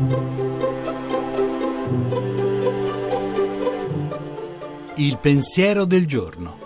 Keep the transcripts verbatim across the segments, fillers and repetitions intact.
Il pensiero del giorno.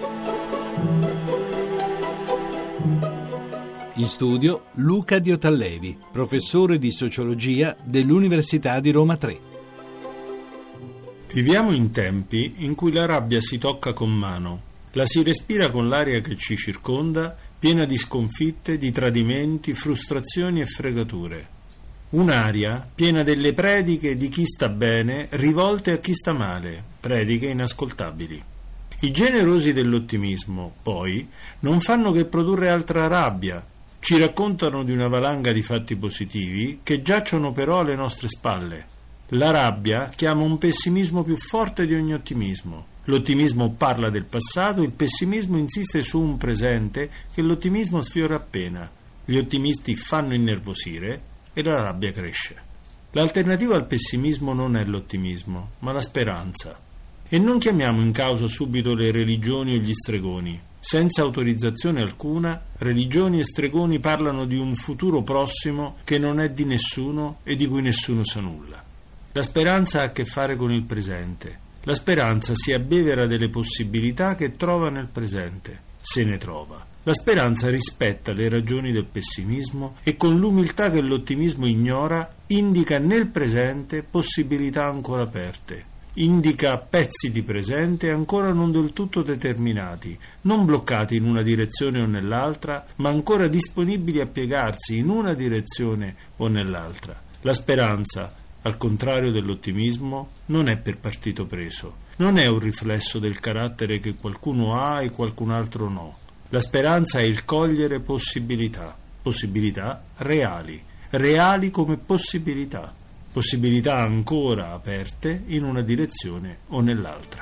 In studio Luca Diotallevi, professore di sociologia dell'Università di Roma tre. Viviamo in tempi in cui la rabbia si tocca con mano, la si respira con l'aria che ci circonda, piena di sconfitte, di tradimenti, frustrazioni e fregature. Un'aria piena delle prediche di chi sta bene rivolte a chi sta male, prediche inascoltabili. I generosi dell'ottimismo, poi, non fanno che produrre altra rabbia. Ci raccontano di una valanga di fatti positivi che giacciono però alle nostre spalle. La rabbia chiama un pessimismo più forte di ogni ottimismo. L'ottimismo parla del passato, il pessimismo insiste su un presente che l'ottimismo sfiora appena. Gli ottimisti fanno innervosire e la rabbia cresce. L'alternativa al pessimismo non è l'ottimismo, ma la speranza. E non chiamiamo in causa subito le religioni o gli stregoni. Senza autorizzazione alcuna, religioni e stregoni parlano di un futuro prossimo che non è di nessuno e di cui nessuno sa nulla. La speranza ha a che fare con il presente. La speranza si abbevera delle possibilità che trova nel presente, se ne trova. La speranza rispetta le ragioni del pessimismo e con l'umiltà che l'ottimismo ignora indica nel presente possibilità ancora aperte, indica pezzi di presente ancora non del tutto determinati, non bloccati in una direzione o nell'altra, ma ancora disponibili a piegarsi in una direzione o nell'altra. La speranza, al contrario dell'ottimismo, non è per partito preso, non è un riflesso del carattere che qualcuno ha e qualcun altro no. La speranza è il cogliere possibilità, possibilità reali, reali come possibilità, possibilità ancora aperte in una direzione o nell'altra.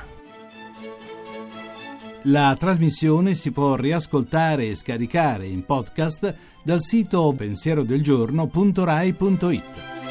La trasmissione si può riascoltare e scaricare in podcast dal sito pensierodelgiorno punto rai punto it.